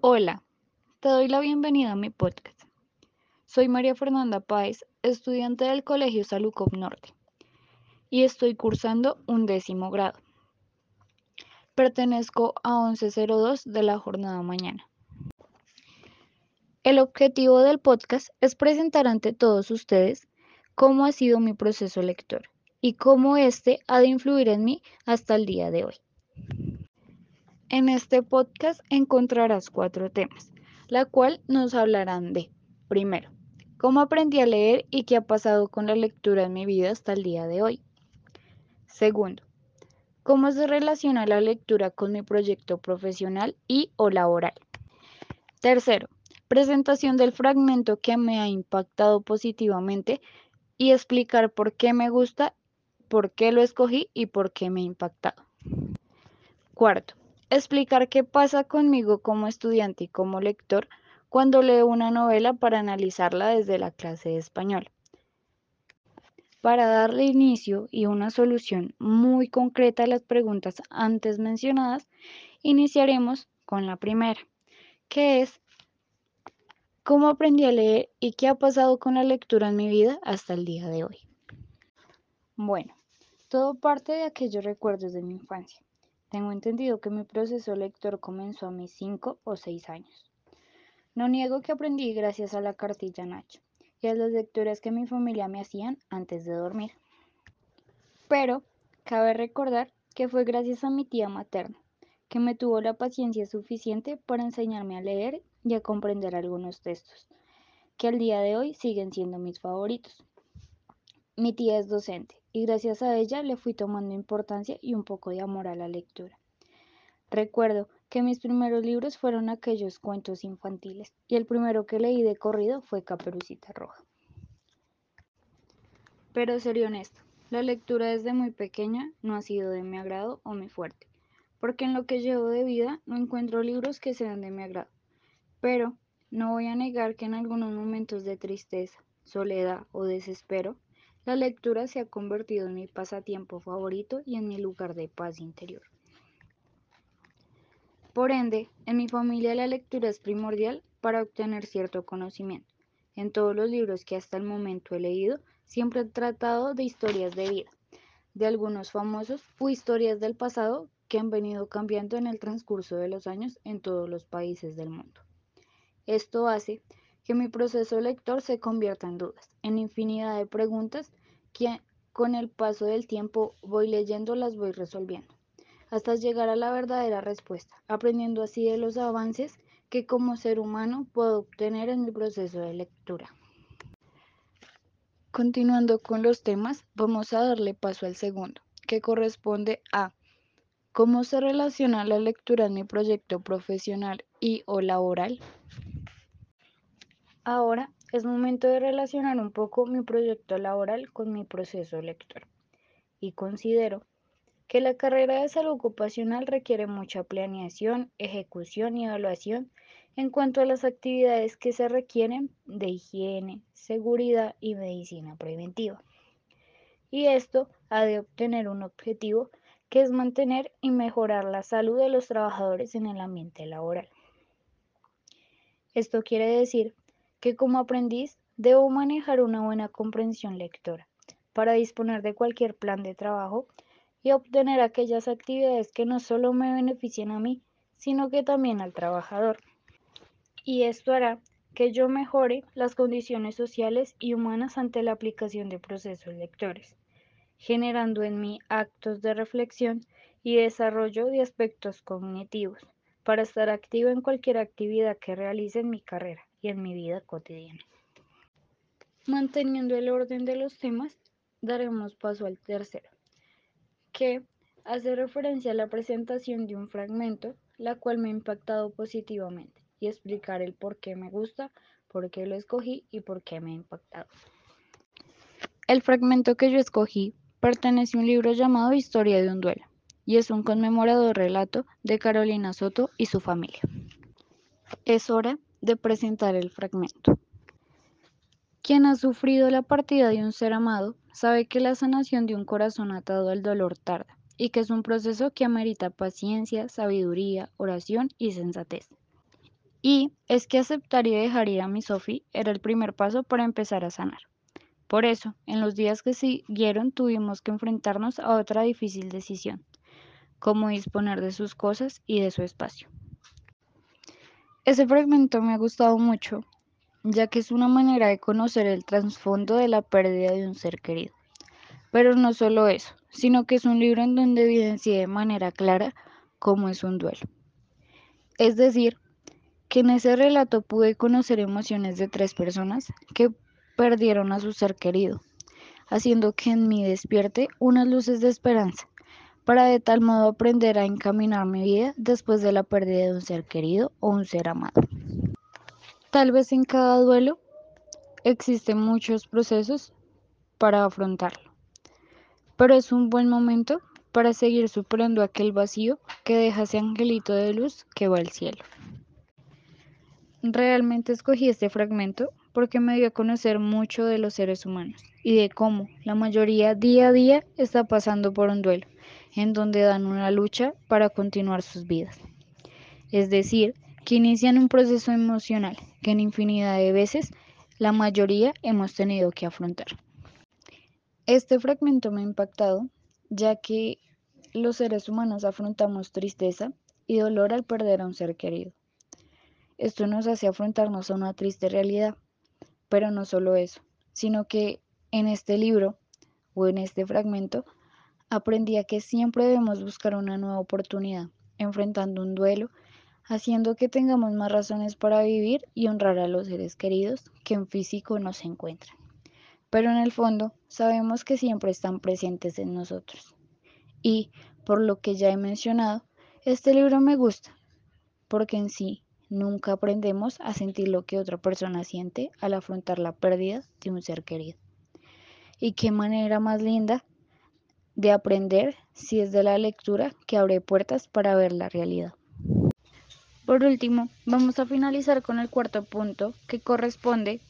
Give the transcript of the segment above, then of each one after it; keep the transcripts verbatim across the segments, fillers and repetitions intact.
Hola, te doy la bienvenida a mi podcast. Soy María Fernanda Páez, estudiante del Colegio Salucop Norte, y estoy cursando un décimo grado. Pertenezco a once cero dos de la jornada mañana. El objetivo del podcast es presentar ante todos ustedes cómo ha sido mi proceso lector y cómo este ha de influir en mí hasta el día de hoy. En este podcast encontrarás cuatro temas, la cual nos hablarán de, primero, cómo aprendí a leer y qué ha pasado con la lectura en mi vida hasta el día de hoy. Segundo, cómo se relaciona la lectura con mi proyecto profesional y o laboral. Tercero, presentación del fragmento que me ha impactado positivamente y explicar por qué me gusta, por qué lo escogí y por qué me ha impactado. Cuarto, explicar qué pasa conmigo como estudiante y como lector cuando leo una novela para analizarla desde la clase de español. Para darle inicio y una solución muy concreta a las preguntas antes mencionadas, iniciaremos con la primera, que es ¿cómo aprendí a leer y qué ha pasado con la lectura en mi vida hasta el día de hoy? Bueno, todo parte de aquellos recuerdos de mi infancia. Tengo entendido que mi proceso lector comenzó a mis cinco o seis años. No niego que aprendí gracias a la cartilla Nacho y a las lecturas que mi familia me hacían antes de dormir. Pero cabe recordar que fue gracias a mi tía materna, que me tuvo la paciencia suficiente para enseñarme a leer y a comprender algunos textos, que al día de hoy siguen siendo mis favoritos. Mi tía es docente y gracias a ella le fui tomando importancia y un poco de amor a la lectura. Recuerdo que mis primeros libros fueron aquellos cuentos infantiles y el primero que leí de corrido fue Caperucita Roja. Pero seré honesto, la lectura desde muy pequeña no ha sido de mi agrado o mi fuerte, porque en lo que llevo de vida no encuentro libros que sean de mi agrado. Pero no voy a negar que en algunos momentos de tristeza, soledad o desespero, la lectura se ha convertido en mi pasatiempo favorito y en mi lugar de paz interior. Por ende, en mi familia la lectura es primordial para obtener cierto conocimiento. En todos los libros que hasta el momento he leído, siempre he tratado de historias de vida, de algunos famosos o historias del pasado que han venido cambiando en el transcurso de los años en todos los países del mundo. Esto hace que mi proceso lector se convierta en dudas, en infinidad de preguntas que con el paso del tiempo voy leyendo, las voy resolviendo hasta llegar a la verdadera respuesta, aprendiendo así de los avances que como ser humano puedo obtener en mi proceso de lectura. Continuando con los temas, vamos a darle paso al segundo, que corresponde a cómo se relaciona la lectura en mi proyecto profesional y o laboral. Ahora es momento de relacionar un poco mi proyecto laboral con mi proceso lector y considero que la carrera de salud ocupacional requiere mucha planeación, ejecución y evaluación en cuanto a las actividades que se requieren de higiene, seguridad y medicina preventiva. Y esto ha de obtener un objetivo que es mantener y mejorar la salud de los trabajadores en el ambiente laboral. Esto quiere decir que como aprendiz debo manejar una buena comprensión lectora para disponer de cualquier plan de trabajo y obtener aquellas actividades que no solo me beneficien a mí, sino que también al trabajador. Y esto hará que yo mejore las condiciones sociales y humanas ante la aplicación de procesos lectores, generando en mí actos de reflexión y desarrollo de aspectos cognitivos para estar activo en cualquier actividad que realice en mi carrera y en mi vida cotidiana. Manteniendo el orden de los temas, daremos paso al tercero, que hace referencia a la presentación de un fragmento, la cual me ha impactado positivamente, y explicar el por qué me gusta, por qué lo escogí y por qué me ha impactado. El fragmento que yo escogí pertenece a un libro llamado Historia de un duelo, y es un conmemorador relato de Carolina Soto y su familia. Es hora de presentar el fragmento. Quien ha sufrido la partida de un ser amado sabe que la sanación de un corazón atado al dolor tarda y que es un proceso que amerita paciencia, sabiduría, oración y sensatez. Y es que aceptar y dejar ir a mi Sophie era el primer paso para empezar a sanar. Por eso, en los días que siguieron tuvimos que enfrentarnos a otra difícil decisión, cómo disponer de sus cosas y de su espacio. Ese fragmento me ha gustado mucho, ya que es una manera de conocer el trasfondo de la pérdida de un ser querido. Pero no solo eso, sino que es un libro en donde evidencia de manera clara cómo es un duelo. Es decir, que en ese relato pude conocer emociones de tres personas que perdieron a su ser querido, haciendo que en mí despierte unas luces de esperanza, para de tal modo aprender a encaminar mi vida después de la pérdida de un ser querido o un ser amado. Tal vez en cada duelo existen muchos procesos para afrontarlo, pero es un buen momento para seguir superando aquel vacío que deja ese angelito de luz que va al cielo. Realmente escogí este fragmento porque me dio a conocer mucho de los seres humanos y de cómo la mayoría día a día está pasando por un duelo, en donde dan una lucha para continuar sus vidas. Es decir, que inician un proceso emocional que en infinidad de veces la mayoría hemos tenido que afrontar. Este fragmento me ha impactado, ya que los seres humanos afrontamos tristeza y dolor al perder a un ser querido. Esto nos hace afrontarnos a una triste realidad, pero no solo eso, sino que en este libro o en este fragmento aprendí a que siempre debemos buscar una nueva oportunidad, enfrentando un duelo, haciendo que tengamos más razones para vivir y honrar a los seres queridos que en físico no se encuentran. Pero en el fondo sabemos que siempre están presentes en nosotros. Y, por lo que ya he mencionado, este libro me gusta, porque en sí nunca aprendemos a sentir lo que otra persona siente al afrontar la pérdida de un ser querido. Y qué manera más linda de aprender si es de la lectura que abre puertas para ver la realidad. Por último, vamos a finalizar con el cuarto punto, que corresponde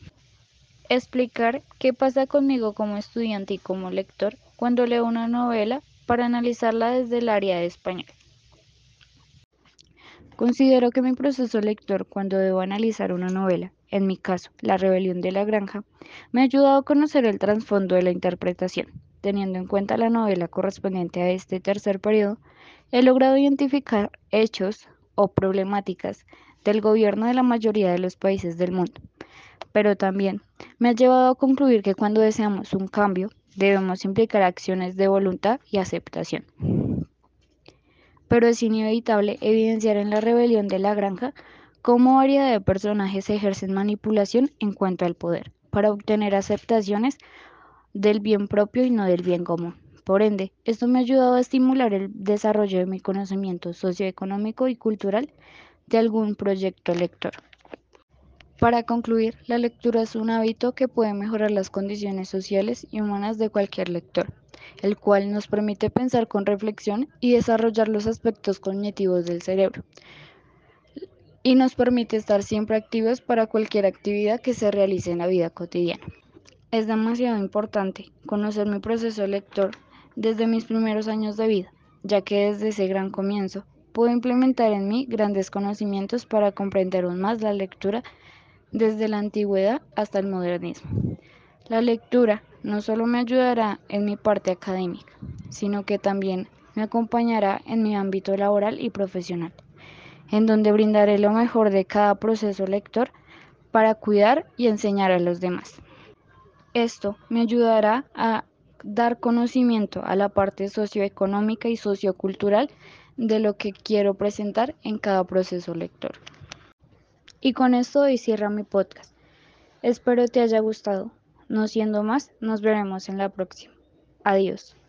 explicar qué pasa conmigo como estudiante y como lector cuando leo una novela para analizarla desde el área de español. Considero que mi proceso lector cuando debo analizar una novela, en mi caso, La rebelión de la granja, me ha ayudado a conocer el trasfondo de la interpretación. Teniendo en cuenta la novela correspondiente a este tercer periodo, he logrado identificar hechos o problemáticas del gobierno de la mayoría de los países del mundo, pero también me ha llevado a concluir que cuando deseamos un cambio, debemos implicar acciones de voluntad y aceptación. Pero es inevitable evidenciar en la rebelión de la granja cómo variedad de personajes ejercen manipulación en cuanto al poder, para obtener aceptaciones del bien propio y no del bien común. Por ende, esto me ha ayudado a estimular el desarrollo de mi conocimiento socioeconómico y cultural de algún proyecto lector. Para concluir, la lectura es un hábito que puede mejorar las condiciones sociales y humanas de cualquier lector, el cual nos permite pensar con reflexión y desarrollar los aspectos cognitivos del cerebro, y nos permite estar siempre activos para cualquier actividad que se realice en la vida cotidiana. Es demasiado importante conocer mi proceso lector desde mis primeros años de vida, ya que desde ese gran comienzo puedo implementar en mí grandes conocimientos para comprender aún más la lectura desde la antigüedad hasta el modernismo. La lectura no solo me ayudará en mi parte académica, sino que también me acompañará en mi ámbito laboral y profesional, en donde brindaré lo mejor de cada proceso lector para cuidar y enseñar a los demás. Esto me ayudará a dar conocimiento a la parte socioeconómica y sociocultural de lo que quiero presentar en cada proceso lector. Y con esto doy cierre a mi podcast. Espero te haya gustado. No siendo más, nos veremos en la próxima. Adiós.